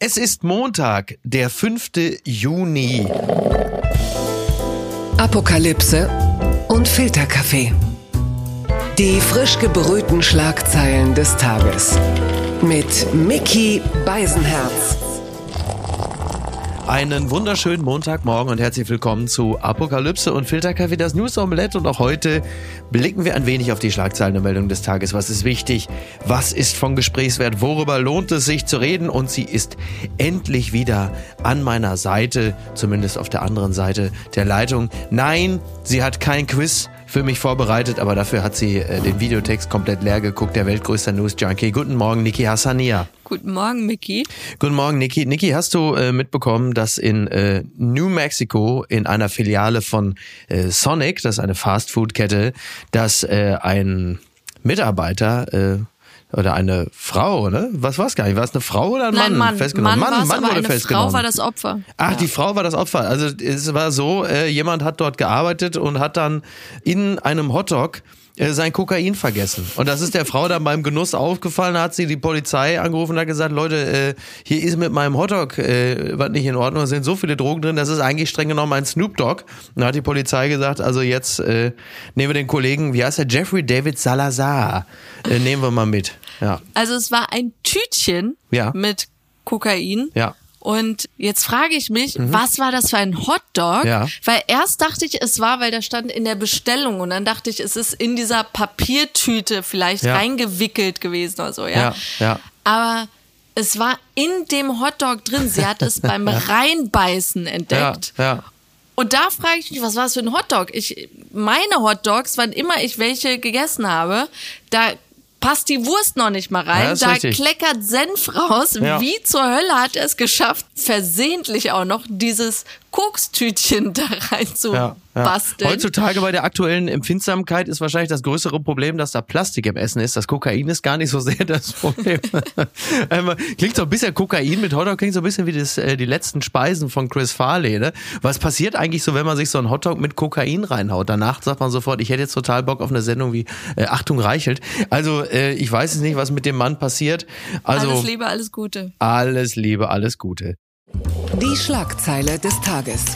Es ist Montag, der 5. Juni. Apokalypse und Filterkaffee. Die frisch gebrühten Schlagzeilen des Tages. Mit Micky Beisenherz. Einen wunderschönen Montagmorgen und herzlich willkommen zu Apokalypse und Filterkaffee, das News Omelette. Und auch heute blicken wir ein wenig auf die Schlagzeilen und Meldungen des Tages. Was ist wichtig? Was ist von Gesprächswert? Worüber lohnt es sich zu reden? Und sie ist endlich wieder an meiner Seite, zumindest auf der anderen Seite der Leitung. Nein, sie hat kein Quiz für mich vorbereitet, aber dafür hat sie den Videotext komplett leer geguckt. Der weltgrößte News-Junkie. Guten Morgen, Niki Hassania. Guten Morgen, Micky. Guten Morgen, Niki. Niki, hast du mitbekommen, dass in New Mexico in einer Filiale von Sonic, das ist eine Fast-Food-Kette, dass ein Mitarbeiter oder eine Frau, ne? Was war es gar nicht? War es eine Frau oder ein Mann? Mann Festgenommen? Mann wurde eine festgenommen. Frau war das Opfer. Ach, ja. Die Frau war das Opfer. Also es war so, jemand hat dort gearbeitet und hat dann in einem Hotdog sein Kokain vergessen. Und das ist der Frau dann beim Genuss aufgefallen, hat sie die Polizei angerufen und hat gesagt, Leute, hier ist mit meinem Hotdog was nicht in Ordnung, da sind so viele Drogen drin, das ist eigentlich streng genommen ein Snoop Dogg. Und dann hat die Polizei gesagt, also jetzt nehmen wir den Kollegen, wie heißt der, Jeffrey David Salazar, nehmen wir mal mit. Ja. Also es war ein Tütchen mit Kokain. Ja. Und jetzt frage ich mich, was war das für ein Hotdog? Ja. Weil erst dachte ich, es war, weil da stand in der Bestellung und dann dachte ich, es ist in dieser Papiertüte vielleicht reingewickelt gewesen oder so, ja. Aber es war in dem Hotdog drin. Sie hat es beim Reinbeißen entdeckt. Ja. Und da frage ich mich, was war es für ein Hotdog? Meine Hotdogs, wann immer ich welche gegessen habe, da passt die Wurst noch nicht mal rein, ja, da richtig. kleckert Senf raus. Ja. Wie zur Hölle hat er es geschafft, versehentlich auch noch dieses Kokstütchen da rein zu basteln? Heutzutage bei der aktuellen Empfindsamkeit ist wahrscheinlich das größere Problem, dass da Plastik im Essen ist. Das Kokain ist gar nicht so sehr das Problem. Klingt so ein bisschen Kokain mit Hotdog, klingt so ein bisschen wie die letzten Speisen von Chris Farley. Ne? Was passiert eigentlich so, wenn man sich so einen Hotdog mit Kokain reinhaut? Danach sagt man sofort, ich hätte jetzt total Bock auf eine Sendung wie Achtung Reichelt. Also ich weiß jetzt nicht, was mit dem Mann passiert. Also, alles Liebe, alles Gute. Alles Liebe, alles Gute. Die Schlagzeile des Tages.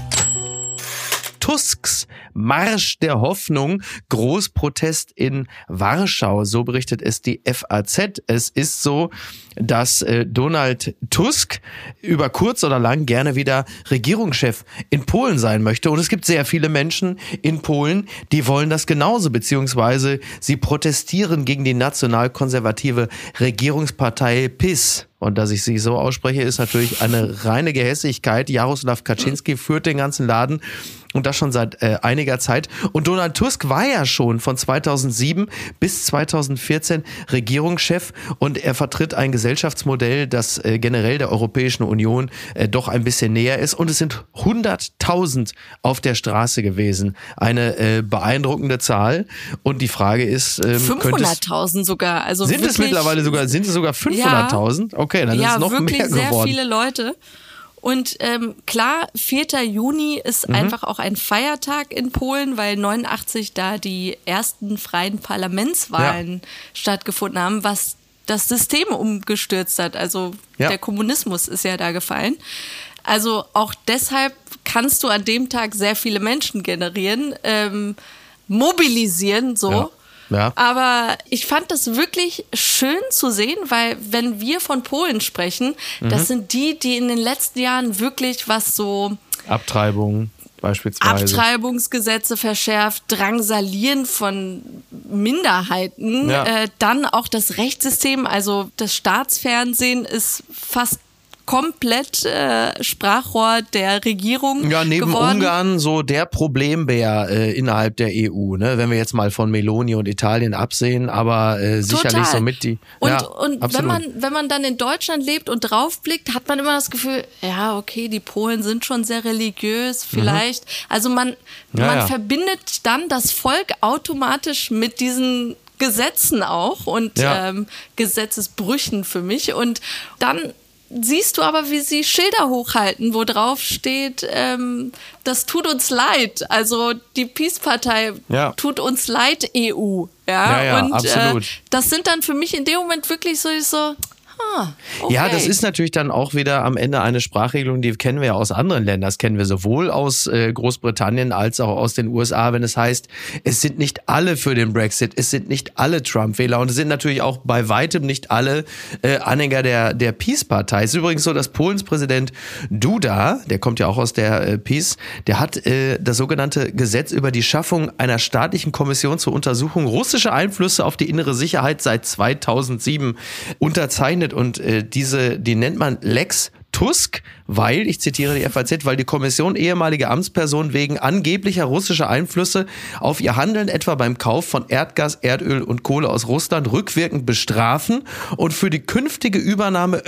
Tusks Marsch der Hoffnung, Großprotest in Warschau, so berichtet es die FAZ. Es ist so, dass Donald Tusk über kurz oder lang gerne wieder Regierungschef in Polen sein möchte. Und es gibt sehr viele Menschen in Polen, die wollen das genauso, beziehungsweise sie protestieren gegen die nationalkonservative Regierungspartei PiS. Und dass ich sie so ausspreche, ist natürlich eine reine Gehässigkeit. Jaroslaw Kaczynski führt den ganzen Laden und das schon seit einiger Zeit. Und Donald Tusk war ja schon von 2007 bis 2014 Regierungschef und er vertritt ein Gesellschaftsmodell, das generell der Europäischen Union doch ein bisschen näher ist. Und es sind 100.000 auf der Straße gewesen. Eine beeindruckende Zahl. Und die Frage ist... 500.000 sogar. Also sind wirklich, es mittlerweile sogar 500.000? Ja. Okay, dann ist es noch mehr geworden. Ja, wirklich sehr viele Leute. Und klar, 4. Juni ist einfach auch ein Feiertag in Polen, weil 89 da die ersten freien Parlamentswahlen stattgefunden haben, was das System umgestürzt hat. Also der Kommunismus ist ja da gefallen. Also auch deshalb kannst du an dem Tag sehr viele Menschen generieren, mobilisieren, so. Ja. Ja. Aber ich fand das wirklich schön zu sehen, weil wenn wir von Polen sprechen, das sind die in den letzten Jahren wirklich was so... Abtreibung beispielsweise. Abtreibungsgesetze verschärft, Drangsalieren von Minderheiten, dann auch das Rechtssystem, also das Staatsfernsehen ist fast komplett Sprachrohr der Regierung neben geworden. Ungarn so der Problembär innerhalb der EU, ne? Wenn wir jetzt mal von Meloni und Italien absehen, aber sicherlich so mit die... Und wenn man dann in Deutschland lebt und draufblickt, hat man immer das Gefühl, ja, okay, die Polen sind schon sehr religiös, vielleicht. Also man verbindet dann das Volk automatisch mit diesen Gesetzen auch und Gesetzesbrüchen für mich. Und dann siehst du aber, wie sie Schilder hochhalten, wo drauf steht, das tut uns leid. Also die PiS-Partei tut uns leid, EU. Und absolut. das sind dann für mich in dem Moment wirklich so, Okay. Ja, das ist natürlich dann auch wieder am Ende eine Sprachregelung, die kennen wir ja aus anderen Ländern. Das kennen wir sowohl aus Großbritannien als auch aus den USA, wenn es heißt, es sind nicht alle für den Brexit, es sind nicht alle Trump-Wähler und es sind natürlich auch bei weitem nicht alle Anhänger der Peace-Partei. Es ist übrigens so, dass Polens Präsident Duda, der kommt ja auch aus der Peace, der hat das sogenannte Gesetz über die Schaffung einer staatlichen Kommission zur Untersuchung russischer Einflüsse auf die innere Sicherheit seit 2007 unterzeichnet und die nennt man Lex Tusk, weil, ich zitiere die FAZ, weil die Kommission ehemalige Amtspersonen wegen angeblicher russischer Einflüsse auf ihr Handeln etwa beim Kauf von Erdgas, Erdöl und Kohle aus Russland rückwirkend bestrafen und für die künftige Übernahme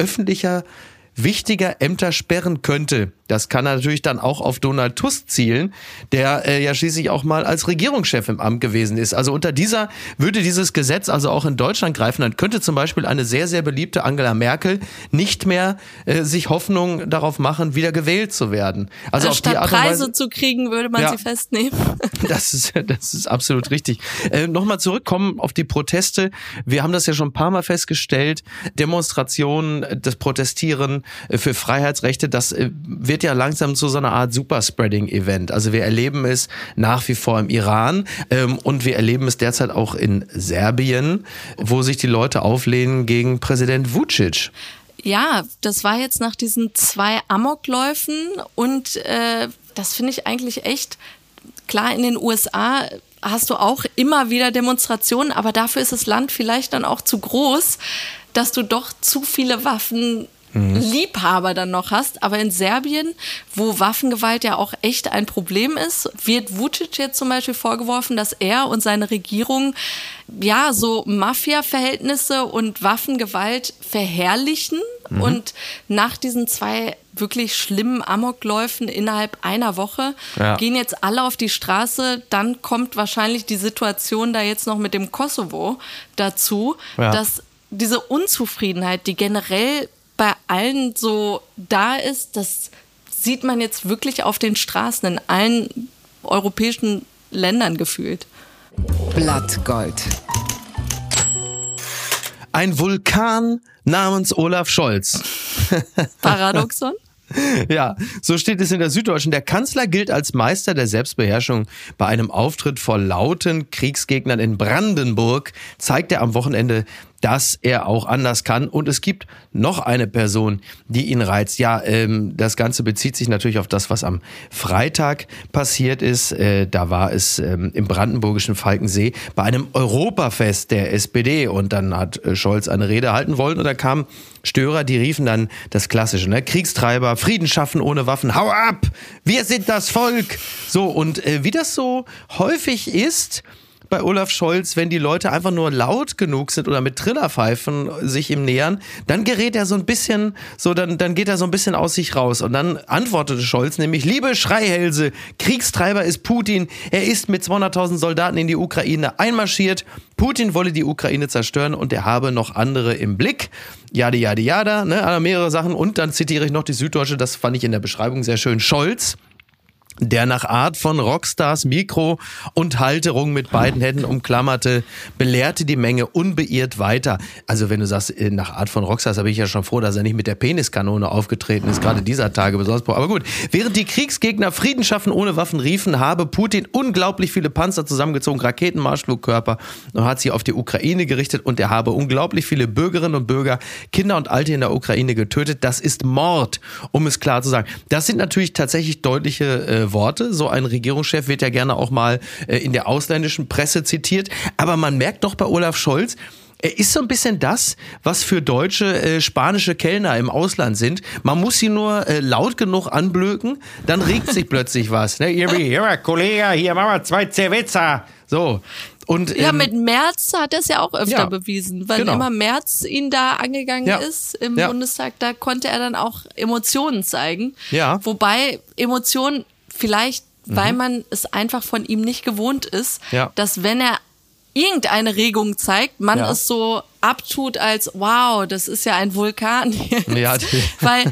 wichtiger Ämter sperren könnte. Das kann natürlich dann auch auf Donald Tusk zielen, der ja schließlich auch mal als Regierungschef im Amt gewesen ist. Also würde dieses Gesetz also auch in Deutschland greifen, dann könnte zum Beispiel eine sehr, sehr beliebte Angela Merkel nicht mehr sich Hoffnung darauf machen, wieder gewählt zu werden. Also auf die Art und Weise, Preise zu kriegen, würde man sie festnehmen. Das ist absolut richtig. Nochmal zurückkommen auf die Proteste. Wir haben das ja schon ein paar Mal festgestellt. Demonstrationen, das Protestieren für Freiheitsrechte, das wird ja langsam zu so einer Art Superspreading-Event. Also wir erleben es nach wie vor im Iran und wir erleben es derzeit auch in Serbien, wo sich die Leute auflehnen gegen Präsident Vučić. Ja, das war jetzt nach diesen 2 Amokläufen und das finde ich eigentlich echt klar. In den USA hast du auch immer wieder Demonstrationen, aber dafür ist das Land vielleicht dann auch zu groß, dass du doch zu viele Waffenliebhaber dann noch hast. Aber in Serbien, wo Waffengewalt ja auch echt ein Problem ist, wird Vučić jetzt zum Beispiel vorgeworfen, dass er und seine Regierung ja so Mafia-Verhältnisse und Waffengewalt verherrlichen. Und nach diesen 2 wirklich schlimmen Amokläufen innerhalb einer Woche gehen jetzt alle auf die Straße. Dann kommt wahrscheinlich die Situation da jetzt noch mit dem Kosovo dazu, dass diese Unzufriedenheit, die generell bei allen so da ist, das sieht man jetzt wirklich auf den Straßen in allen europäischen Ländern gefühlt. Blattgold. Ein Vulkan namens Olaf Scholz. Paradoxon? Ja, so steht es in der Süddeutschen. Der Kanzler gilt als Meister der Selbstbeherrschung. Bei einem Auftritt vor lauten Kriegsgegnern in Brandenburg zeigt er am Wochenende, dass er auch anders kann. Und es gibt noch eine Person, die ihn reizt. Ja, das Ganze bezieht sich natürlich auf das, was am Freitag passiert ist. Da war es im brandenburgischen Falkensee bei einem Europafest der SPD. Und dann hat Scholz eine Rede halten wollen und da kamen Störer, die riefen dann das Klassische, ne? Kriegstreiber, Frieden schaffen ohne Waffen, hau ab, wir sind das Volk. So, und wie das so häufig ist bei Olaf Scholz, wenn die Leute einfach nur laut genug sind oder mit Trillerpfeifen sich ihm nähern, dann gerät er so ein bisschen, dann geht er so ein bisschen aus sich raus. Und dann antwortete Scholz nämlich, liebe Schreihälse, Kriegstreiber ist Putin, er ist mit 200.000 Soldaten in die Ukraine einmarschiert, Putin wolle die Ukraine zerstören und er habe noch andere im Blick. Jada, jada, jada, ne, mehrere Sachen. Und dann zitiere ich noch die Süddeutsche, das fand ich in der Beschreibung sehr schön. Scholz, der nach Art von Rockstars Mikro und Halterung mit beiden Händen umklammerte, belehrte die Menge unbeirrt weiter. Also wenn du sagst, nach Art von Rockstars, da bin ich ja schon froh, dass er nicht mit der Peniskanone aufgetreten ist, gerade dieser Tage besonders. Aber gut, während die Kriegsgegner Frieden schaffen ohne Waffen riefen, habe Putin unglaublich viele Panzer zusammengezogen, Raketenmarschflugkörper und hat sie auf die Ukraine gerichtet und er habe unglaublich viele Bürgerinnen und Bürger, Kinder und Alte in der Ukraine getötet. Das ist Mord, um es klar zu sagen. Das sind natürlich tatsächlich deutliche Worte. So ein Regierungschef wird ja gerne auch mal in der ausländischen Presse zitiert. Aber man merkt doch bei Olaf Scholz, er ist so ein bisschen das, was für deutsche spanische Kellner im Ausland sind. Man muss sie nur laut genug anblöken, dann regt sich plötzlich was. Ne? Hier, Kollege, hier machen wir 2 Cerveza. So. Und, ja, mit Merz hat er es ja auch öfter bewiesen. Weil immer Merz ihn da angegangen ist im Bundestag, da konnte er dann auch Emotionen zeigen. Ja. Wobei Emotionen vielleicht, weil man es einfach von ihm nicht gewohnt ist, dass wenn er irgendeine Regung zeigt, man es so abtut als, wow, das ist ja ein Vulkan jetzt. Ja. Weil,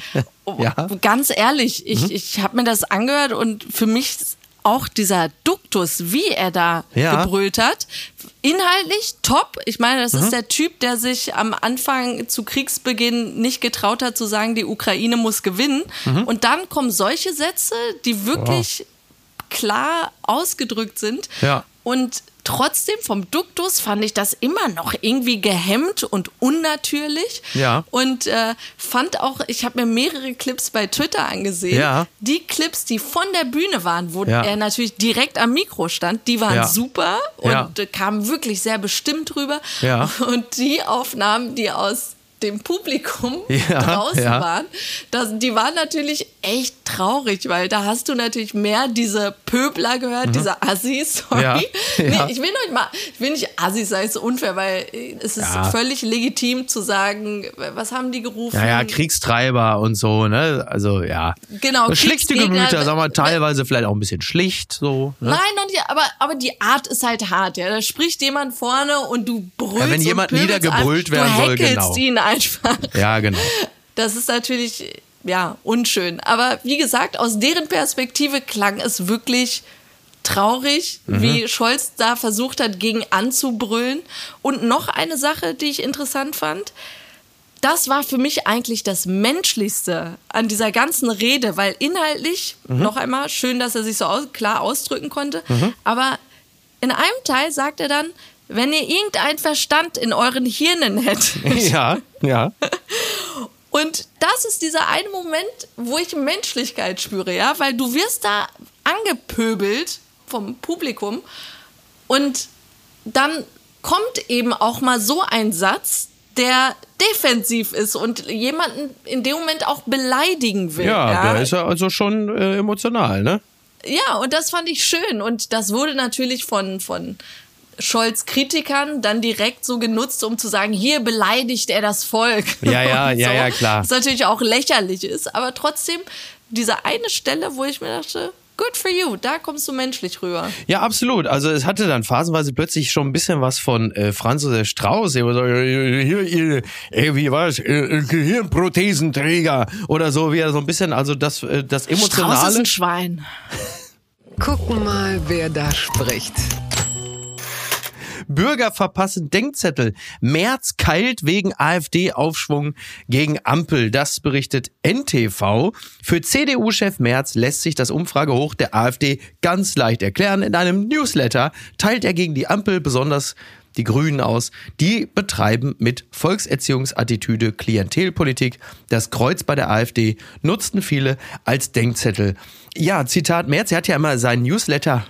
ganz ehrlich, ich habe mir das angehört und für mich auch dieser Duktus, wie er da gebrüllt hat, Inhaltlich top. Ich meine, das ist der Typ, der sich am Anfang zu Kriegsbeginn nicht getraut hat zu sagen, die Ukraine muss gewinnen. Und dann kommen solche Sätze, die wirklich klar ausgedrückt sind. Ja. Und trotzdem vom Duktus fand ich das immer noch irgendwie gehemmt und unnatürlich. Ja. Und fand auch, ich habe mir mehrere Clips bei Twitter angesehen. Ja. Die Clips, die von der Bühne waren, wo Ja. er natürlich direkt am Mikro stand, die waren super und kamen wirklich sehr bestimmt rüber. Ja. Und die Aufnahmen, die aus dem Publikum draußen waren, die waren natürlich echt traurig, weil da hast du natürlich mehr diese Pöbler gehört, diese Assis, sorry. Ja. Nee, Ja. ich will nicht Assis sein, ist so unfair, weil es ist völlig legitim zu sagen, was haben die gerufen? Ja, Kriegstreiber und so, ne? Also, ja. Genau, schlichte Kriegsgegner, Gemüter, sagen wir teilweise vielleicht auch ein bisschen schlicht, so. Ne? Nein, noch nicht, aber die Art ist halt hart, ja. Da spricht jemand vorne und du brüllst. Ja, wenn jemand und pöbelst niedergebrüllt werden soll, du heckelst genau. ihn einfach. Ja, genau. Das ist natürlich, unschön. Aber wie gesagt, aus deren Perspektive klang es wirklich traurig, wie Scholz da versucht hat, gegen anzubrüllen. Und noch eine Sache, die ich interessant fand. Das war für mich eigentlich das Menschlichste an dieser ganzen Rede, weil inhaltlich, noch einmal, schön, dass er sich so klar ausdrücken konnte, aber in einem Teil sagt er dann, wenn ihr irgendeinen Verstand in euren Hirnen hättet. Ja. Und das ist dieser eine Moment, wo ich Menschlichkeit spüre, ja, weil du wirst da angepöbelt vom Publikum und dann kommt eben auch mal so ein Satz, der defensiv ist und jemanden in dem Moment auch beleidigen will. Ja, der ist ja also schon emotional, ne? Ja, und das fand ich schön und das wurde natürlich von Scholz-Kritikern dann direkt so genutzt, um zu sagen, hier beleidigt er das Volk. Ja, klar. Was natürlich auch lächerlich ist, aber trotzdem diese eine Stelle, wo ich mir dachte, good for you, da kommst du menschlich rüber. Ja, absolut. Also es hatte dann phasenweise plötzlich schon ein bisschen was von Franz Josef Strauß, hier, wie war es, Gehirnprothesenträger oder so, wie er so ein bisschen, also das Emotionale. Strauß ist ein Schwein. Gucken mal, wer da spricht. Bürger verpassen Denkzettel. Merz keilt wegen AfD-Aufschwung gegen Ampel. Das berichtet NTV. Für CDU-Chef Merz lässt sich das Umfragehoch der AfD ganz leicht erklären. In einem Newsletter teilt er gegen die Ampel besonders die Grünen aus. Die betreiben mit Volkserziehungsattitüde Klientelpolitik. Das Kreuz bei der AfD nutzten viele als Denkzettel. Ja, Zitat Merz, er hat ja immer seinen Newsletter,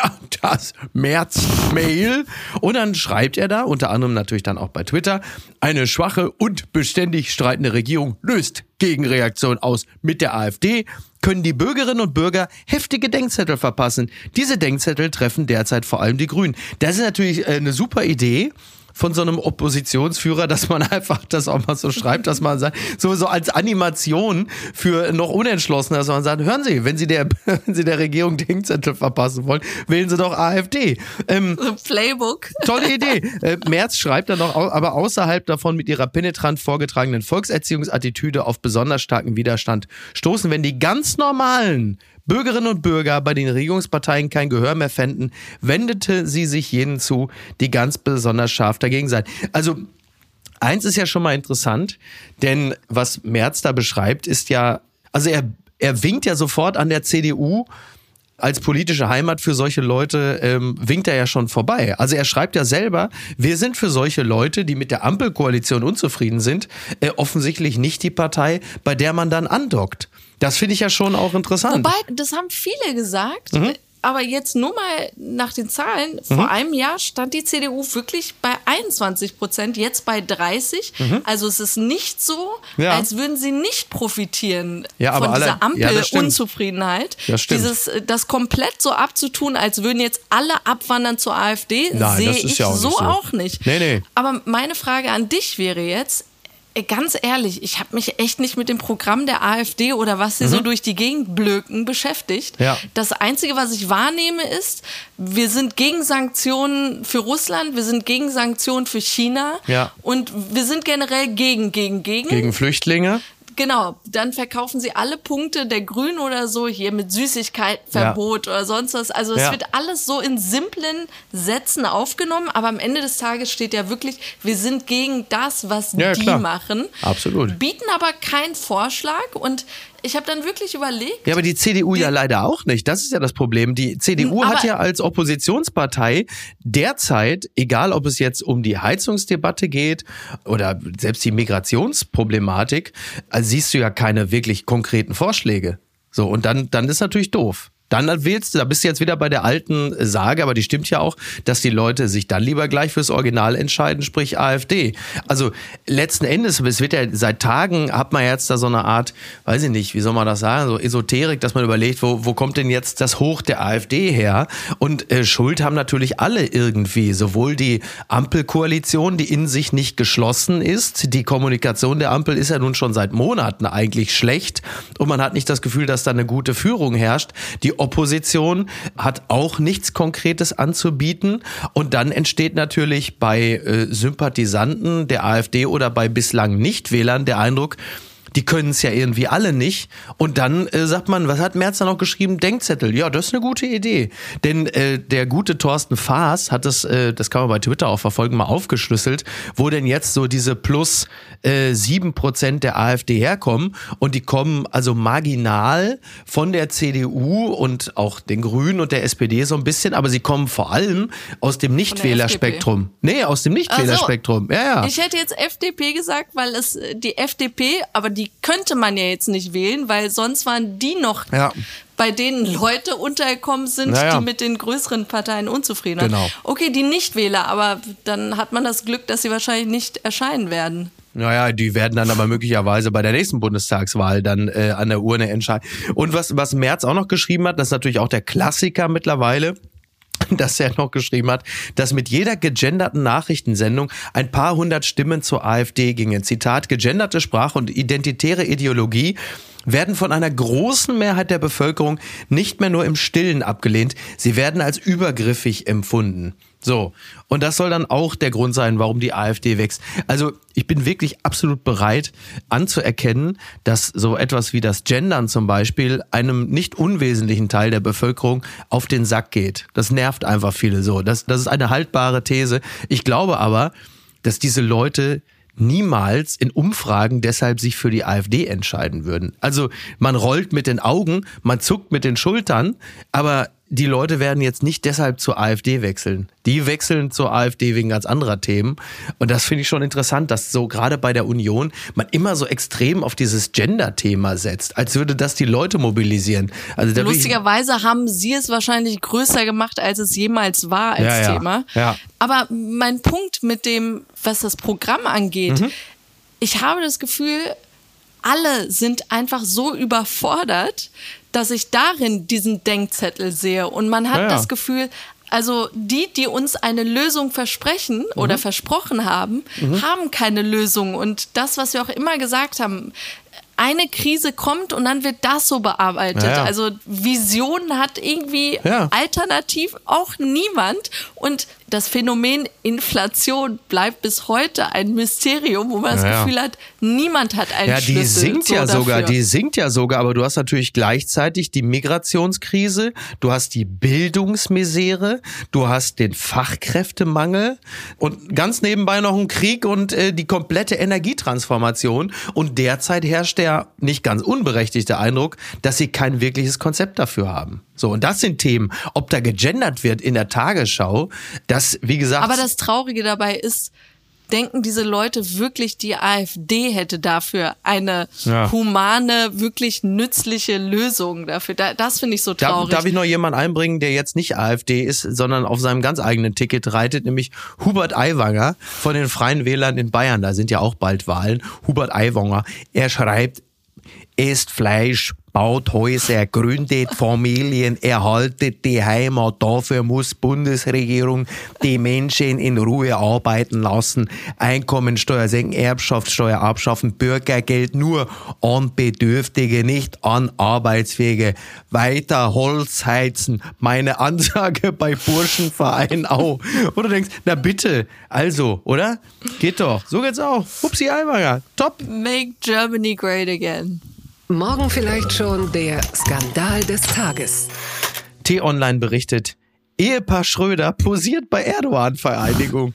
das Merz-Mail. Und dann schreibt er da, unter anderem natürlich dann auch bei Twitter, eine schwache und beständig streitende Regierung löst Gegenreaktion aus. Mit der AfD können die Bürgerinnen und Bürger heftige Denkzettel verpassen. Diese Denkzettel treffen derzeit vor allem die Grünen. Das ist natürlich eine super Idee von so einem Oppositionsführer, dass man einfach das auch mal so schreibt, dass man sagt, so als Animation für noch Unentschlossene, dass man sagt, hören Sie, wenn Sie der Regierung Denkzettel verpassen wollen, wählen Sie doch AfD. Playbook. Tolle Idee. Merz schreibt dann noch, aber außerhalb davon mit ihrer penetrant vorgetragenen Volkserziehungsattitüde auf besonders starken Widerstand stoßen, wenn die ganz normalen Bürgerinnen und Bürger bei den Regierungsparteien kein Gehör mehr fänden, wendete sie sich jenen zu, die ganz besonders scharf dagegen seien. Also eins ist ja schon mal interessant, denn was Merz da beschreibt, ist ja, also er winkt ja sofort an der CDU als politische Heimat für solche Leute, winkt er ja schon vorbei. Also er schreibt ja selber, wir sind für solche Leute, die mit der Ampelkoalition unzufrieden sind, offensichtlich nicht die Partei, bei der man dann andockt. Das finde ich ja schon auch interessant. Wobei, das haben viele gesagt, aber jetzt nur mal nach den Zahlen, vor einem Jahr stand die CDU wirklich bei 21%, jetzt bei 30%. Also es ist nicht so, als würden sie nicht profitieren von dieser Ampel-Unzufriedenheit. Das komplett so abzutun, als würden jetzt alle abwandern zur AfD, sehe ich so auch nicht. Nee. Aber meine Frage an dich wäre jetzt, ganz ehrlich, ich habe mich echt nicht mit dem Programm der AfD oder was sie so durch die Gegend blöken beschäftigt. Ja. Das Einzige, was ich wahrnehme, ist, wir sind gegen Sanktionen für Russland, wir sind gegen Sanktionen für China und wir sind generell gegen Gegen Flüchtlinge. Genau, dann verkaufen sie alle Punkte der Grünen oder so, hier mit Süßigkeitenverbot oder sonst was. Also es wird alles so in simplen Sätzen aufgenommen, aber am Ende des Tages steht ja wirklich, wir sind gegen das, was die machen. Absolut. Bieten aber keinen Vorschlag und ich habe dann wirklich überlegt. Ja, aber die CDU ja leider auch nicht. Das ist ja das Problem. Die CDU hat ja als Oppositionspartei derzeit, egal ob es jetzt um die Heizungsdebatte geht oder selbst die Migrationsproblematik, siehst du ja keine wirklich konkreten Vorschläge. So, und dann ist natürlich doof. Dann wählst du, da bist du jetzt wieder bei der alten Sage, aber die stimmt ja auch, dass die Leute sich dann lieber gleich fürs Original entscheiden, sprich AfD. Also letzten Endes, es wird ja seit Tagen, hat man jetzt da so eine Art, weiß ich nicht, wie soll man das sagen, so Esoterik, dass man überlegt, wo kommt denn jetzt das Hoch der AfD her? Und Schuld haben natürlich alle irgendwie, sowohl die Ampelkoalition, die in sich nicht geschlossen ist, die Kommunikation der Ampel ist ja nun schon seit Monaten eigentlich schlecht und man hat nicht das Gefühl, dass da eine gute Führung herrscht. Die Opposition hat auch nichts Konkretes anzubieten und dann entsteht natürlich bei Sympathisanten der AfD oder bei bislang Nichtwählern der Eindruck, die können es ja irgendwie alle nicht. Und dann sagt man, was hat Merz da noch geschrieben? Denkzettel. Ja, das ist eine gute Idee. Denn der gute Thorsten Faas hat das kann man bei Twitter auch verfolgen, mal aufgeschlüsselt, wo denn jetzt so diese plus 7% der AfD herkommen. Und die kommen also marginal von der CDU und auch den Grünen und der SPD so ein bisschen, aber sie kommen vor allem aus dem Nichtwählerspektrum. Nee, aus dem Nichtwählerspektrum. Ja. Ich hätte jetzt FDP gesagt, weil es die FDP, aber die könnte man ja jetzt nicht wählen, weil sonst waren die noch, bei denen Leute untergekommen sind, die mit den größeren Parteien unzufrieden waren. Genau. Okay, die Nichtwähler, aber dann hat man das Glück, dass sie wahrscheinlich nicht erscheinen werden. Naja, die werden dann aber möglicherweise bei der nächsten Bundestagswahl dann an der Urne entscheiden. Und was Merz auch noch geschrieben hat, das ist natürlich auch der Klassiker mittlerweile, dass er noch geschrieben hat, dass mit jeder gegenderten Nachrichtensendung ein paar hundert Stimmen zur AfD gingen. Zitat, gegenderte Sprache und identitäre Ideologie werden von einer großen Mehrheit der Bevölkerung nicht mehr nur im Stillen abgelehnt, sie werden als übergriffig empfunden. So, und das soll dann auch der Grund sein, warum die AfD wächst. Also ich bin wirklich absolut bereit anzuerkennen, dass so etwas wie das Gendern zum Beispiel einem nicht unwesentlichen Teil der Bevölkerung auf den Sack geht. Das nervt einfach viele so. Das ist eine haltbare These. Ich glaube aber, dass diese Leute niemals in Umfragen deshalb sich für die AfD entscheiden würden. Also man rollt mit den Augen, man zuckt mit den Schultern, aber die Leute werden jetzt nicht deshalb zur AfD wechseln. Die wechseln zur AfD wegen ganz anderer Themen. Und das finde ich schon interessant, dass so gerade bei der Union man immer so extrem auf dieses Gender-Thema setzt, als würde das die Leute mobilisieren. Also lustigerweise haben sie es wahrscheinlich größer gemacht, als es jemals war als Thema. Ja. Aber mein Punkt mit dem, was das Programm angeht, ich habe das Gefühl, alle sind einfach so überfordert, dass ich darin diesen Denkzettel sehe. Und man hat das Gefühl, also die uns eine Lösung versprechen oder versprochen haben, haben keine Lösung. Und das, was wir auch immer gesagt haben, eine Krise kommt und dann wird das so bearbeitet. Ja. Also Visionen hat irgendwie alternativ auch niemand. Und das Phänomen Inflation bleibt bis heute ein Mysterium, wo man das Gefühl hat, niemand hat einen Schlüssel. Die sinkt ja sogar, aber du hast natürlich gleichzeitig die Migrationskrise, du hast die Bildungsmisere, du hast den Fachkräftemangel und ganz nebenbei noch einen Krieg und die komplette Energietransformation. Und derzeit herrscht der nicht ganz unberechtigte Eindruck, dass sie kein wirkliches Konzept dafür haben. So, und das sind Themen, ob da gegendert wird in der Tagesschau, das, wie gesagt... Aber das Traurige dabei ist, denken diese Leute wirklich, die AfD hätte dafür eine humane, wirklich nützliche Lösung dafür? Das finde ich so traurig. Darf ich noch jemanden einbringen, der jetzt nicht AfD ist, sondern auf seinem ganz eigenen Ticket reitet, nämlich Hubert Aiwanger von den Freien Wählern in Bayern. Da sind ja auch bald Wahlen. Hubert Aiwanger, er schreibt, esst Fleisch, baut Häuser, gründet Familien, erhaltet die Heimat. Dafür muss Bundesregierung die Menschen in Ruhe arbeiten lassen. Einkommensteuer senken, Erbschaftssteuer abschaffen, Bürgergeld nur an Bedürftige, nicht an Arbeitsfähige. Weiter Holz heizen. Meine Ansage bei Burschenverein auch. Und du denkst, na bitte, also, oder? Geht doch. So geht's auch. Hupsi Aiwanger. Top. Make Germany great again. Morgen vielleicht schon der Skandal des Tages. T-Online berichtet, Ehepaar Schröder posiert bei Erdogan-Vereidigung.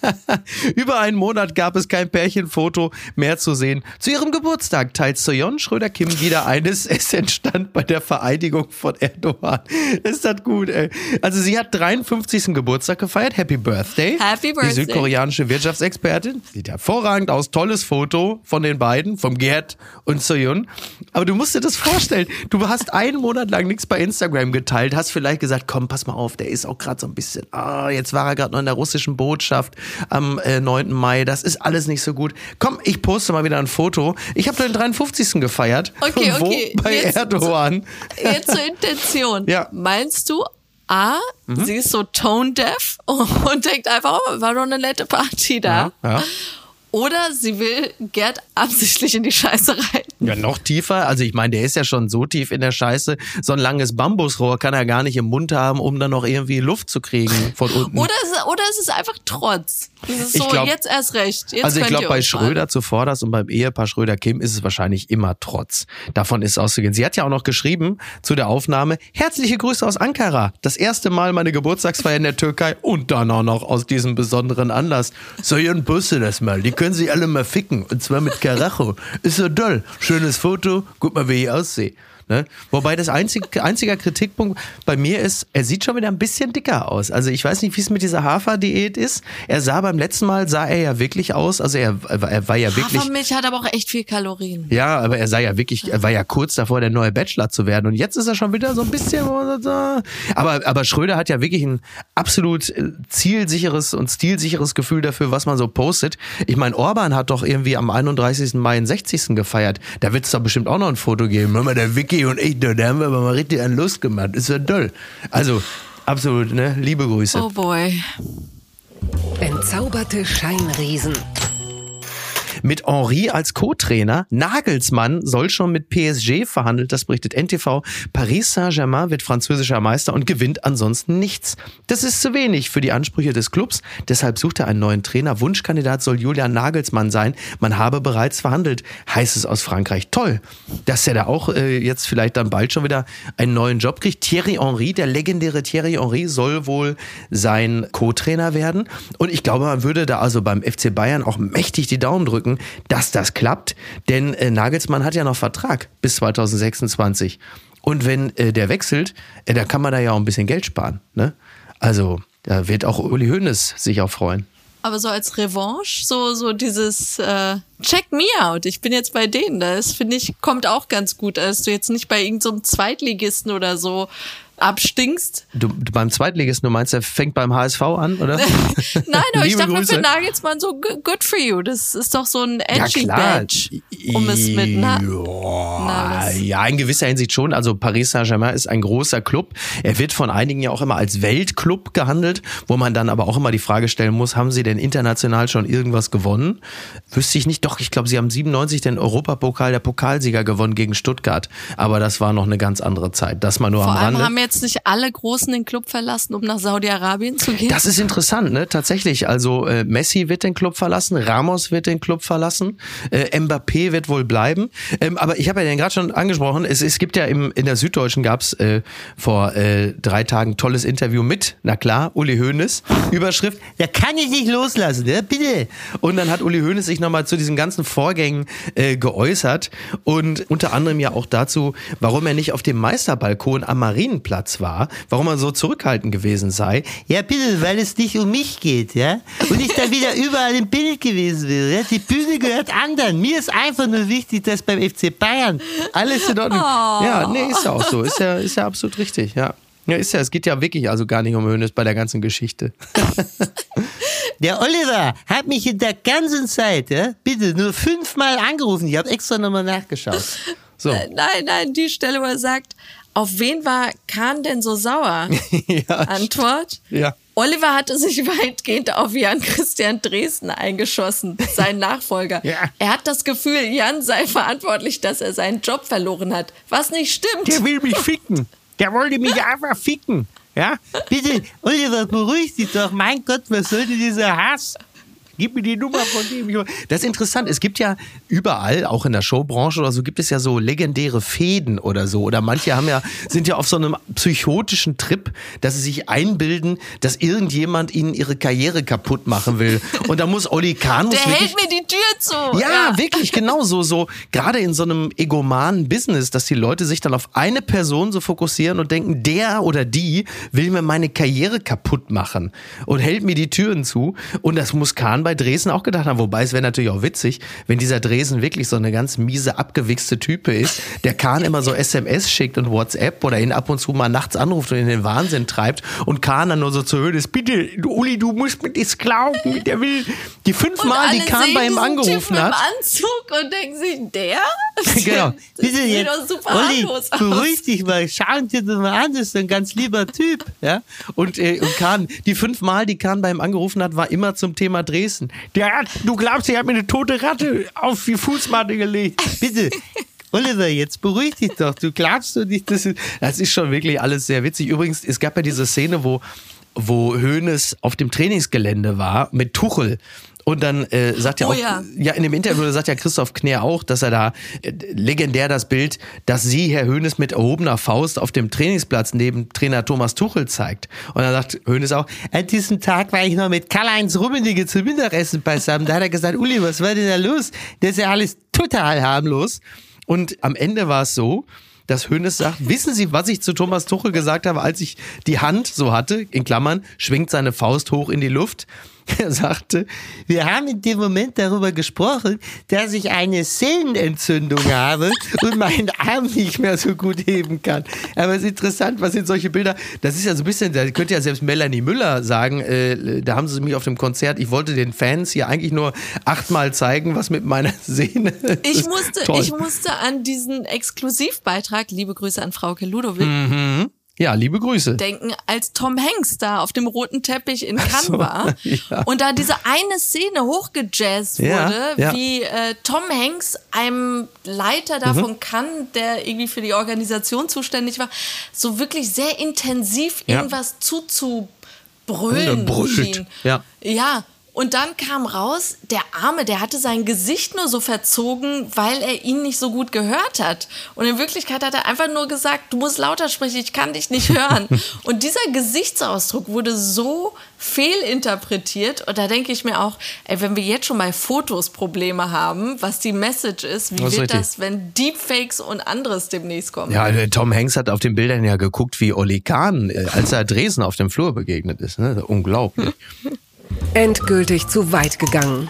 Über einen Monat gab es kein Pärchenfoto mehr zu sehen. Zu ihrem Geburtstag teilt Soyon Schröder-Kim wieder eines. Es entstand bei der Vereidigung von Erdogan. Ist das gut, ey. Also sie hat 53. Geburtstag gefeiert. Happy Birthday. Happy Birthday. Die südkoreanische Wirtschaftsexpertin. Sieht hervorragend aus. Tolles Foto von den beiden, vom Gerd und Soyon. Aber du musst dir das vorstellen. Du hast einen Monat lang nichts bei Instagram geteilt, hast vielleicht gesagt, komm, pass mal auf, der ist auch gerade so ein bisschen, jetzt war er gerade noch in der russischen Botschaft am 9. Mai, das ist alles nicht so gut. Komm, ich poste mal wieder ein Foto. Ich habe den 53. gefeiert. Okay. Bei jetzt Erdogan. Jetzt zur Intention. Ja. Meinst du, sie ist so tone-deaf und denkt einfach, war doch eine nette Party da. Ja. Oder sie will Gerd absichtlich in die Scheiße reiten. Ja, noch tiefer. Also ich meine, der ist ja schon so tief in der Scheiße. So ein langes Bambusrohr kann er gar nicht im Mund haben, um dann noch irgendwie Luft zu kriegen von unten. Oder es ist einfach Trotz. Es ist so, jetzt erst recht. Jetzt also ich glaube, bei Schröder mal. zuvorderst und beim Ehepaar Schröder-Kim ist es wahrscheinlich immer Trotz. Davon ist auszugehen. Sie hat ja auch noch geschrieben zu der Aufnahme, herzliche Grüße aus Ankara. Das erste Mal meine Geburtstagsfeier in der Türkei und dann auch noch aus diesem besonderen Anlass. So, Jan, poste das mal. Die können sich alle mal ficken. Und zwar mit Karacho. Ist so toll. Schönes Foto. Guck mal, wie ich aussehe. Ne? Wobei das einziger Kritikpunkt bei mir ist, er sieht schon wieder ein bisschen dicker aus. Also ich weiß nicht, wie es mit dieser Haferdiät ist. Er sah beim letzten Mal, ja wirklich aus, also er war ja wirklich... Hafermilch hat aber auch echt viel Kalorien. Ja, aber er war ja kurz davor, der neue Bachelor zu werden. Und jetzt ist er schon wieder so ein bisschen... Aber Schröder hat ja wirklich ein absolut zielsicheres und stilsicheres Gefühl dafür, was man so postet. Ich meine, Orban hat doch irgendwie am 31. Mai den 60. gefeiert. Da wird es doch bestimmt auch noch ein Foto geben. Hör mal, der Vicky und ich, da haben wir aber mal richtig einen Lust gemacht. Ist ja toll. Also, absolut, ne? Liebe Grüße. Oh boy. Entzauberte Scheinriesen. Mit Henry als Co-Trainer. Nagelsmann soll schon mit PSG verhandelt, das berichtet NTV. Paris Saint-Germain wird französischer Meister und gewinnt ansonsten nichts. Das ist zu wenig für die Ansprüche des Clubs. Deshalb sucht er einen neuen Trainer. Wunschkandidat soll Julian Nagelsmann sein. Man habe bereits verhandelt, heißt es aus Frankreich. Toll, dass er da auch jetzt vielleicht dann bald schon wieder einen neuen Job kriegt. Thierry Henry, der legendäre Thierry Henry, soll wohl sein Co-Trainer werden. Und ich glaube, man würde da also beim FC Bayern auch mächtig die Daumen drücken, dass das klappt, denn Nagelsmann hat ja noch Vertrag bis 2026 und wenn der wechselt, da kann man da ja auch ein bisschen Geld sparen, ne? Also da wird auch Uli Hoeneß sich auch freuen. Aber so als Revanche, so dieses Check me out, ich bin jetzt bei denen, das finde ich, kommt auch ganz gut, dass du jetzt nicht bei irgendeinem Zweitligisten oder so abstinkst. Du beim Zweitligisten, du meinst, der fängt beim HSV an, oder? Nein, aber ich dachte Grüße. für Nagelsmann so good for you. Das ist doch so ein edgy Badge, um es mit ja, in gewisser Hinsicht schon. Also Paris Saint-Germain ist ein großer Club. Er wird von einigen ja auch immer als Weltclub gehandelt, wo man dann aber auch immer die Frage stellen muss, haben sie denn international schon irgendwas gewonnen? Wüsste ich nicht. Doch, ich glaube, sie haben 97 den Europapokal, der Pokalsieger gewonnen gegen Stuttgart. Aber das war noch eine ganz andere Zeit. Das mal nur am Rande. Haben jetzt nicht alle Großen den Club verlassen, um nach Saudi-Arabien zu gehen? Das ist interessant, ne? Tatsächlich. Also Messi wird den Club verlassen, Ramos wird den Club verlassen, Mbappé wird wohl bleiben. Aber ich habe ja den gerade schon angesprochen, es gibt ja in der Süddeutschen gab's vor 3 Tagen ein tolles Interview mit, na klar, Uli Hoeneß. Überschrift, da kann ich nicht loslassen, ne? Bitte. Und dann hat Uli Hoeneß sich nochmal zu diesen ganzen Vorgängen geäußert und unter anderem ja auch dazu, warum er nicht auf dem Meisterbalkon am Marienplatz war, warum er so zurückhaltend gewesen sei. Ja, bitte, weil es nicht um mich geht, ja? Und ich dann wieder überall im Bild gewesen wäre. Ja? Die Bühne gehört anderen. Mir ist einfach nur wichtig, dass beim FC Bayern alles in Ordnung. Oh. Ja, nee, ist ja auch so. Ist ja absolut richtig, ja. Ja, ist ja. Es geht ja wirklich also gar nicht um Hoeneß bei der ganzen Geschichte. Der Oliver hat mich in der ganzen Zeit, ja, bitte nur 5-mal angerufen. Ich habe extra nochmal nachgeschaut. So. Nein, die Stelle, wo er sagt, auf wen war Kahn denn so sauer? Ja, Antwort, ja. Oliver hatte sich weitgehend auf Jan Christian Dresden eingeschossen, sein Nachfolger. Ja. Er hat das Gefühl, Jan sei verantwortlich, dass er seinen Job verloren hat, was nicht stimmt. Der will mich ficken. Der wollte mich einfach ficken. Ja? Bitte, Oliver, beruhig dich doch. Mein Gott, was soll denn dieser Hass? Gib mir die Nummer von dem. Das ist interessant. Es gibt ja überall, auch in der Showbranche oder so, gibt es ja so legendäre Fäden oder so. Oder manche sind ja auf so einem psychotischen Trip, dass sie sich einbilden, dass irgendjemand ihnen ihre Karriere kaputt machen will. Und da muss Oli Kahn... Der hält mir die Tür zu. Ja, wirklich, genau so. Gerade in so einem egomanen Business, dass die Leute sich dann auf eine Person so fokussieren und denken, der oder die will mir meine Karriere kaputt machen und hält mir die Türen zu. Und das muss Kahn bei Dresden auch gedacht haben. Wobei es wäre natürlich auch witzig, wenn dieser Dresden wirklich so eine ganz miese, abgewichste Type ist, der Kahn immer so SMS schickt und WhatsApp oder ihn ab und zu mal nachts anruft und in den Wahnsinn treibt und Kahn dann nur so zu hören ist, bitte, Uli, du musst mir das glauben. Der will die 5 Mal, die Kahn bei ihm angerufen hat. Im Anzug und denken sich, der? Genau. Bitte sieht jetzt, doch super Olli, harmlos aus. beruhig dich mal. Schau dir das mal an, das ist ein ganz lieber Typ. Ja? Und Kahn, die 5 Mal, die Kahn bei ihm angerufen hat, war immer zum Thema Dresden. Du glaubst, er hat mir eine tote Ratte auf die Fußmatte gelegt. Bitte. Oliver, jetzt beruhig dich doch. Du glaubst doch nicht, das ist schon wirklich alles sehr witzig. Übrigens, es gab ja diese Szene, wo Hoeneß auf dem Trainingsgelände war mit Tuchel. Und dann sagt ja auch, ja, in dem Interview sagt ja Christoph Kner auch, dass er da legendär das Bild, dass sie, Herr Hoeneß, mit erhobener Faust auf dem Trainingsplatz neben Trainer Thomas Tuchel zeigt. Und dann sagt Hoeneß auch, an diesem Tag war ich noch mit Karl-Heinz Rummenigge zum Mittagessen beisammen. Da hat er gesagt, Uli, was war denn da los? Das ist ja alles total harmlos. Und am Ende war es so, dass Hoeneß sagt, wissen Sie, was ich zu Thomas Tuchel gesagt habe, als ich die Hand so hatte, in Klammern, schwingt seine Faust hoch in die Luft. Er sagte, wir haben in dem Moment darüber gesprochen, dass ich eine Sehnenentzündung habe und meinen Arm nicht mehr so gut heben kann. Aber es ist interessant, was sind solche Bilder, das ist ja so ein bisschen, da könnte ja selbst Melanie Müller sagen, da haben sie mich auf dem Konzert, ich wollte den Fans hier eigentlich nur 8-mal zeigen, was mit meiner Sehne Ich musste an diesen Exklusivbeitrag, liebe Grüße an Frauke Ludowig, ja, liebe Grüße. denken, als Tom Hanks da auf dem roten Teppich in Cannes war ja. und da diese eine Szene hochgejazzt wurde, wie Tom Hanks einem Leiter da von Cannes, der irgendwie für die Organisation zuständig war, so wirklich sehr intensiv irgendwas zuzubrüllen schien. Ja. Und dann kam raus, der Arme, der hatte sein Gesicht nur so verzogen, weil er ihn nicht so gut gehört hat. Und in Wirklichkeit hat er einfach nur gesagt, du musst lauter sprechen, ich kann dich nicht hören. Und dieser Gesichtsausdruck wurde so fehlinterpretiert. Und da denke ich mir auch, ey, wenn wir jetzt schon bei Fotos Probleme haben, was die Message ist, wie wird das, wenn Deepfakes und anderes demnächst kommen? Ja, Tom Hanks hat auf den Bildern ja geguckt, wie Oli Kahn, als er Dresden auf dem Flur begegnet ist. Ne? Unglaublich. Endgültig zu weit gegangen.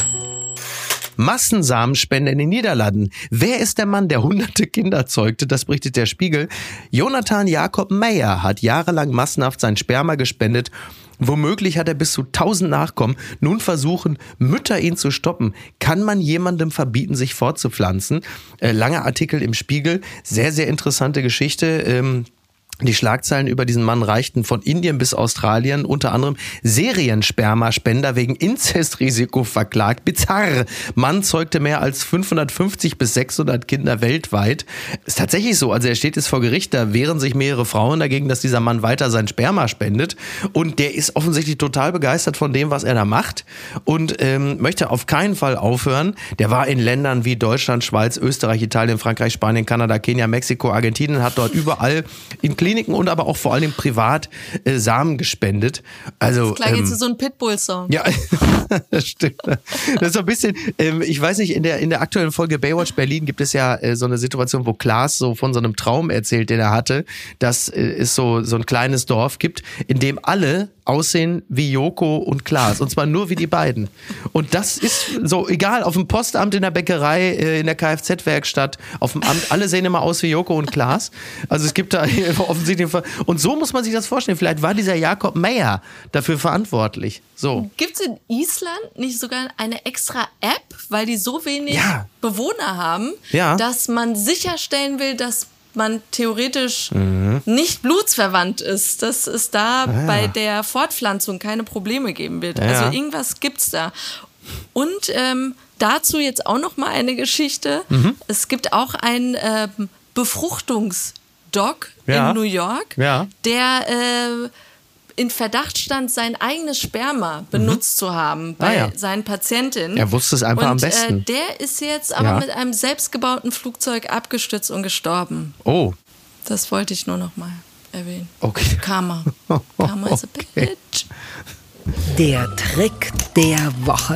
Massensamenspende in den Niederlanden. Wer ist der Mann, der hunderte Kinder zeugte? Das berichtet der Spiegel. Jonathan Jacob Meyer hat jahrelang massenhaft sein Sperma gespendet. Womöglich hat er bis zu 1000 Nachkommen. Nun versuchen Mütter, ihn zu stoppen. Kann man jemandem verbieten, sich fortzupflanzen? Langer Artikel im Spiegel. Sehr, sehr interessante Geschichte. Die Schlagzeilen über diesen Mann reichten von Indien bis Australien, unter anderem Serienspermaspender wegen Inzestrisiko verklagt. Bizarr. Mann zeugte mehr als 550 bis 600 Kinder weltweit. Ist tatsächlich so, also er steht jetzt vor Gericht, da wehren sich mehrere Frauen dagegen, dass dieser Mann weiter sein Sperma spendet. Und der ist offensichtlich total begeistert von dem, was er da macht und möchte auf keinen Fall aufhören. Der war in Ländern wie Deutschland, Schweiz, Österreich, Italien, Frankreich, Spanien, Kanada, Kenia, Mexiko, Argentinien, hat dort überall in Kliniken und aber auch vor allem privat Samen gespendet. Also, das klang jetzt so ein Pitbull-Song. Ja, das stimmt. Das ist so ein bisschen, ich weiß nicht, in der aktuellen Folge Baywatch Berlin gibt es ja so eine Situation, wo Klaas so von so einem Traum erzählt, den er hatte, dass es so ein kleines Dorf gibt, in dem alle aussehen wie Joko und Klaas. Und zwar nur wie die beiden. Und das ist so, egal, auf dem Postamt, in der Bäckerei, in der Kfz-Werkstatt, auf dem Amt, alle sehen immer aus wie Joko und Klaas. Also es gibt da offensichtlich... Und so muss man sich das vorstellen. Vielleicht war dieser Jakob Meyer dafür verantwortlich. So. Gibt es in Island nicht sogar eine extra App, weil die so wenig Bewohner haben, dass man sicherstellen will, dass man theoretisch nicht blutsverwandt ist, dass es da bei der Fortpflanzung keine Probleme geben wird. Also irgendwas gibt's da. Und dazu jetzt auch noch mal eine Geschichte. Es gibt auch einen Befruchtungsdoc in New York, der in Verdacht stand, sein eigenes Sperma benutzt zu haben bei seinen Patientinnen. Er wusste es einfach am besten. Der ist jetzt aber mit einem selbstgebauten Flugzeug abgestürzt und gestorben. Oh. Das wollte ich nur noch mal erwähnen. Okay. Karma. Karma is a bitch. Der Trick der Woche.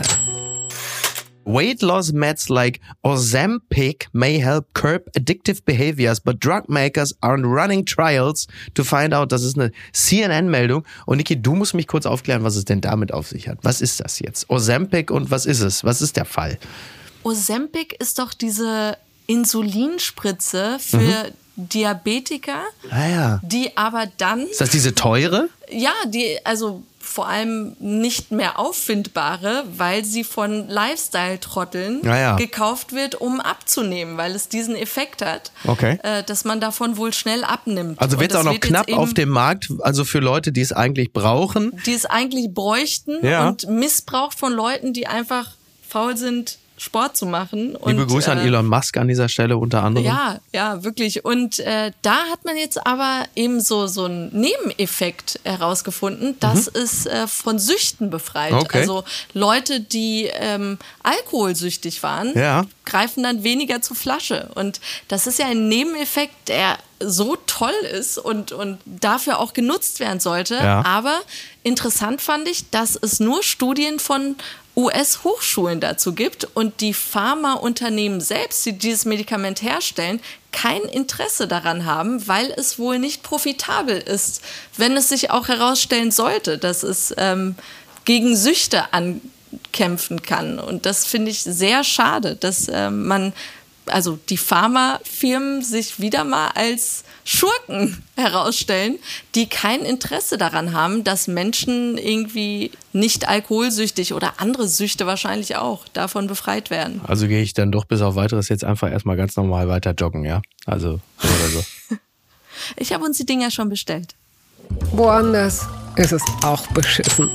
Weight loss meds like Ozempic may help curb addictive behaviors, but drug makers aren't running trials to find out. Das ist eine CNN-Meldung. Und Niki, du musst mich kurz aufklären, was es denn damit auf sich hat. Was ist das jetzt? Ozempic und was ist es? Was ist der Fall? Ozempic ist doch diese Insulinspritze für Diabetiker, die aber dann... Ist das diese teure? Ja, die, also vor allem nicht mehr auffindbare, weil sie von Lifestyle-Trotteln gekauft wird, um abzunehmen, weil es diesen Effekt hat, dass man davon wohl schnell abnimmt. Also wird es auch noch knapp auf dem Markt, also für Leute, die es eigentlich brauchen? Die es eigentlich bräuchten und missbraucht von Leuten, die einfach faul sind, Sport zu machen. Liebe Grüße an Elon Musk an dieser Stelle unter anderem. Ja, wirklich. Und da hat man jetzt aber eben so einen Nebeneffekt herausgefunden, dass es von Süchten befreit. Okay. Also Leute, die alkoholsüchtig waren, greifen dann weniger zur Flasche. Und das ist ja ein Nebeneffekt, der so toll ist und dafür auch genutzt werden sollte. Aber interessant fand ich, dass es nur Studien von US-Hochschulen dazu gibt und die Pharmaunternehmen selbst, die dieses Medikament herstellen, kein Interesse daran haben, weil es wohl nicht profitabel ist, wenn es sich auch herausstellen sollte, dass es gegen Süchte ankämpfen kann. Und das finde ich sehr schade, dass also die Pharmafirmen sich wieder mal als Schurken herausstellen, die kein Interesse daran haben, dass Menschen irgendwie nicht alkoholsüchtig oder andere Süchte wahrscheinlich auch davon befreit werden. Also gehe ich dann doch bis auf Weiteres jetzt einfach erstmal ganz normal weiter joggen, ja? Also so oder so. Ich habe uns die Dinger schon bestellt. Woanders ist es auch beschissen.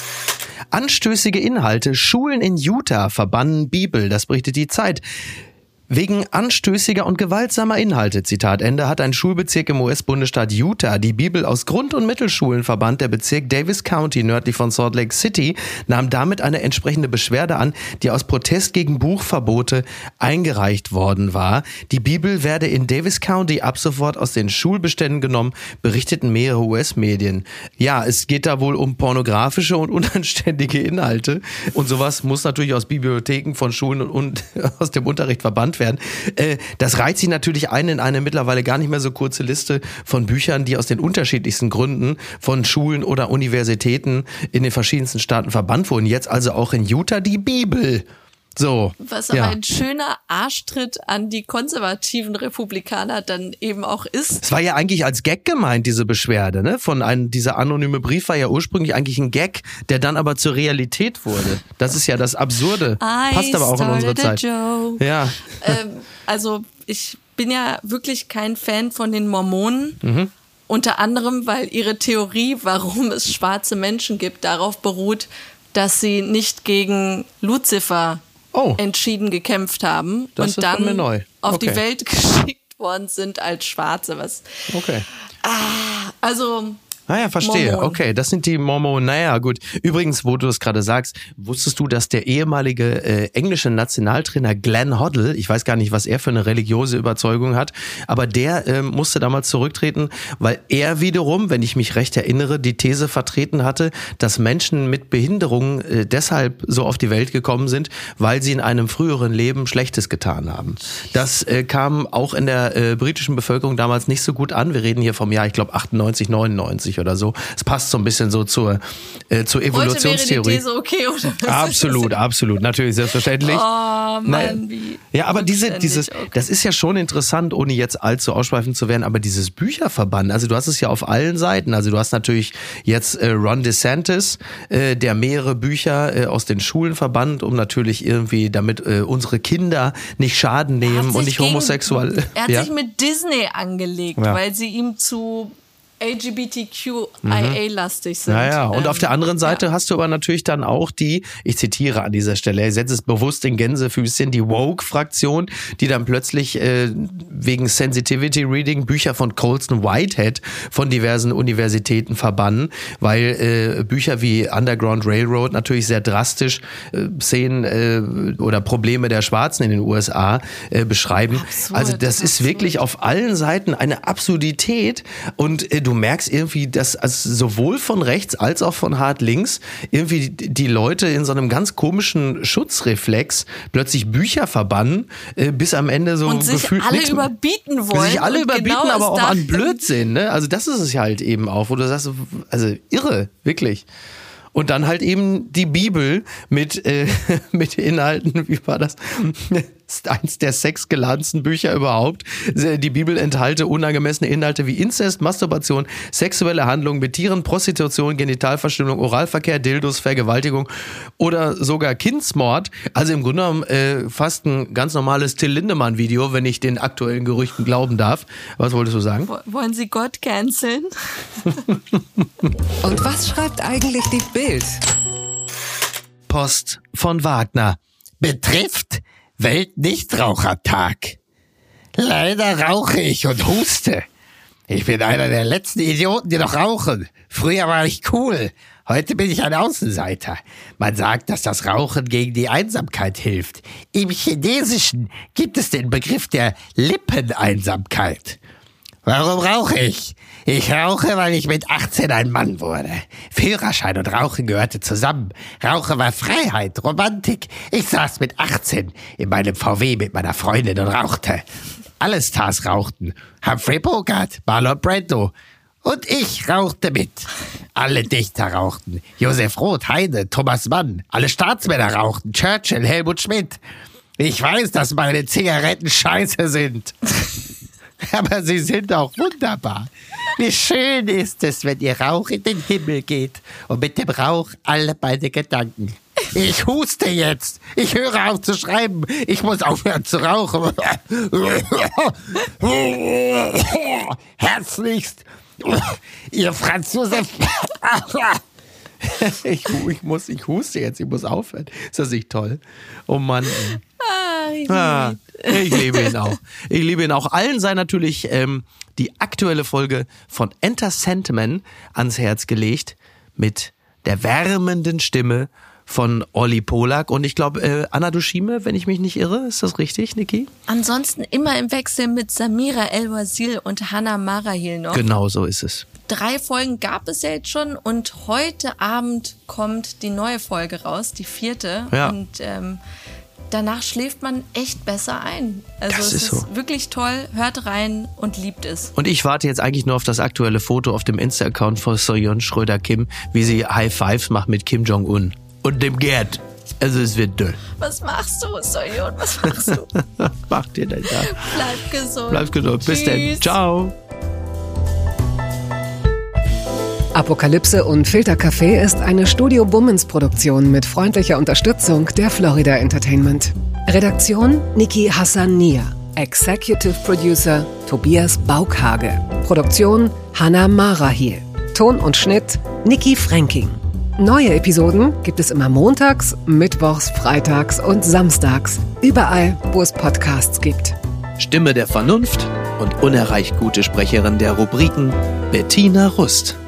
Anstößige Inhalte. Schulen in Utah verbannen Bibel. Das berichtet die Zeit. Wegen anstößiger und gewaltsamer Inhalte, Zitat Ende, hat ein Schulbezirk im US-Bundesstaat Utah die Bibel aus Grund- und Mittelschulen verbannt. Der Bezirk Davis County nördlich von Salt Lake City nahm damit eine entsprechende Beschwerde an, die aus Protest gegen Buchverbote eingereicht worden war. Die Bibel werde in Davis County ab sofort aus den Schulbeständen genommen, berichteten mehrere US-Medien. Ja, es geht da wohl um pornografische und unanständige Inhalte. Und sowas muss natürlich aus Bibliotheken von Schulen und aus dem Unterricht verbannt werden. Das reiht sich natürlich ein in eine mittlerweile gar nicht mehr so kurze Liste von Büchern, die aus den unterschiedlichsten Gründen von Schulen oder Universitäten in den verschiedensten Staaten verbannt wurden. Jetzt also auch in Utah die Bibel. So. Was aber ein schöner Arschtritt an die konservativen Republikaner dann eben auch ist. Es war ja eigentlich als Gag gemeint, diese Beschwerde, ne? Dieser anonyme Brief war ja ursprünglich eigentlich ein Gag, der dann aber zur Realität wurde. Das ist ja das Absurde. Passt aber auch in unsere Zeit. Ja. Also ich bin ja wirklich kein Fan von den Mormonen. Unter anderem, weil ihre Theorie, warum es schwarze Menschen gibt, darauf beruht, dass sie nicht gegen Luzifer entschieden gekämpft haben und dann auf die Welt geschickt worden sind als Schwarze. Also Naja, verstehe. Mormon. Okay, das sind die Mormonen. Naja, gut. Übrigens, wo du das gerade sagst, wusstest du, dass der ehemalige englische Nationaltrainer Glenn Hoddle, ich weiß gar nicht, was er für eine religiöse Überzeugung hat, aber der musste damals zurücktreten, weil er wiederum, wenn ich mich recht erinnere, die These vertreten hatte, dass Menschen mit Behinderungen deshalb so auf die Welt gekommen sind, weil sie in einem früheren Leben Schlechtes getan haben. Das kam auch in der britischen Bevölkerung damals nicht so gut an. Wir reden hier vom Jahr, ich glaube, 98, 99 oder so. Es passt so ein bisschen so zur Evolutionstheorie. Heute wäre die These okay, oder? Absolut, natürlich, selbstverständlich. Oh Mann, wie. Ja, aber das ist ja schon interessant, ohne jetzt allzu ausschweifend zu werden, aber dieses Bücherverbannen, also du hast es ja auf allen Seiten, also du hast natürlich jetzt Ron DeSantis, der mehrere Bücher aus den Schulen verbannt, um natürlich irgendwie, damit unsere Kinder nicht Schaden nehmen und nicht homosexuell. Er hat sich mit Disney angelegt, weil sie ihm zu LGBTQIA-lastig sind. Naja, und auf der anderen Seite hast du aber natürlich dann auch die, ich zitiere an dieser Stelle, ich setze es bewusst in Gänsefüßchen, die Woke-Fraktion, die dann plötzlich wegen Sensitivity Reading Bücher von Colson Whitehead von diversen Universitäten verbannen, weil Bücher wie Underground Railroad natürlich sehr drastisch Szenen oder Probleme der Schwarzen in den USA beschreiben. Absurd, also das ist wirklich auf allen Seiten eine Absurdität und du merkst irgendwie, dass also sowohl von rechts als auch von hart links irgendwie die Leute in so einem ganz komischen Schutzreflex plötzlich Bücher verbannen, bis am Ende so und sich gefühlt alle überbieten wollen. Sich alle überbieten, genau aber auch an Blödsinn. Ne? Also das ist es ja halt eben auch, wo du sagst, also irre, wirklich. Und dann halt eben die Bibel mit Inhalten, wie war das? Ist eins der sexgeladensten Bücher überhaupt. Die Bibel enthalte unangemessene Inhalte wie Inzest, Masturbation, sexuelle Handlungen mit Tieren, Prostitution, Genitalverstümmelung, Oralverkehr, Dildos, Vergewaltigung oder sogar Kindsmord. Also im Grunde genommen fast ein ganz normales Till Lindemann-Video, wenn ich den aktuellen Gerüchten glauben darf. Was wolltest du sagen? Wollen Sie Gott canceln? Und was schreibt eigentlich die Bild? Post von Wagner. Betrifft Weltnichtrauchertag. Leider rauche ich und huste. Ich bin einer der letzten Idioten, die noch rauchen. Früher war ich cool. Heute bin ich ein Außenseiter. Man sagt, dass das Rauchen gegen die Einsamkeit hilft. Im Chinesischen gibt es den Begriff der Lippeneinsamkeit. Warum rauche ich? Ich rauche, weil ich mit 18 ein Mann wurde. Führerschein und Rauchen gehörte zusammen. Rauchen war Freiheit, Romantik. Ich saß mit 18 in meinem VW mit meiner Freundin und rauchte. Alle Stars rauchten. Humphrey Bogart, Marlon Brando. Und ich rauchte mit. Alle Dichter rauchten. Josef Roth, Heine, Thomas Mann. Alle Staatsmänner rauchten. Churchill, Helmut Schmidt. Ich weiß, dass meine Zigaretten scheiße sind. Aber sie sind auch wunderbar. Wie schön ist es, wenn ihr Rauch in den Himmel geht und mit dem Rauch alle meine Gedanken. Ich huste jetzt. Ich höre auf zu schreiben. Ich muss aufhören zu rauchen. Herzlichst, ihr Franz Josef. Ich huste jetzt, ich muss aufhören. Ist das nicht toll? Oh Mann. Ich liebe ihn auch. Ich liebe ihn auch. Allen sei natürlich die aktuelle Folge von Enter Sandman ans Herz gelegt mit der wärmenden Stimme von Olli Polak und ich glaube Anna Dushime, wenn ich mich nicht irre. Ist das richtig, Niki? Ansonsten immer im Wechsel mit Samira El-Wazil und Hannah Marahil noch. Genau so ist es. 3 Folgen gab es ja jetzt schon und heute Abend kommt die neue Folge raus, die 4. Ja. Und danach schläft man echt besser ein. Also das es ist so. Wirklich toll, hört rein und liebt es. Und ich warte jetzt eigentlich nur auf das aktuelle Foto auf dem Insta-Account von Soyeon Schröder-Kim, wie sie High Fives macht mit Kim Jong-un und dem Gerd. Also es wird dünn. Was machst du, Soyeon? Was machst du? Mach dir das da. Bleib gesund. Bleib gesund. Bis dann. Ciao. Apokalypse und Filtercafé ist eine Studio Bummens Produktion mit freundlicher Unterstützung der Florida Entertainment. Redaktion Niki Hassania. Executive Producer Tobias Baukhage. Produktion Hannah Marahil. Ton und Schnitt Niki Fränking. Neue Episoden gibt es immer montags, mittwochs, freitags und samstags. Überall, wo es Podcasts gibt. Stimme der Vernunft und unerreicht gute Sprecherin der Rubriken Bettina Rust.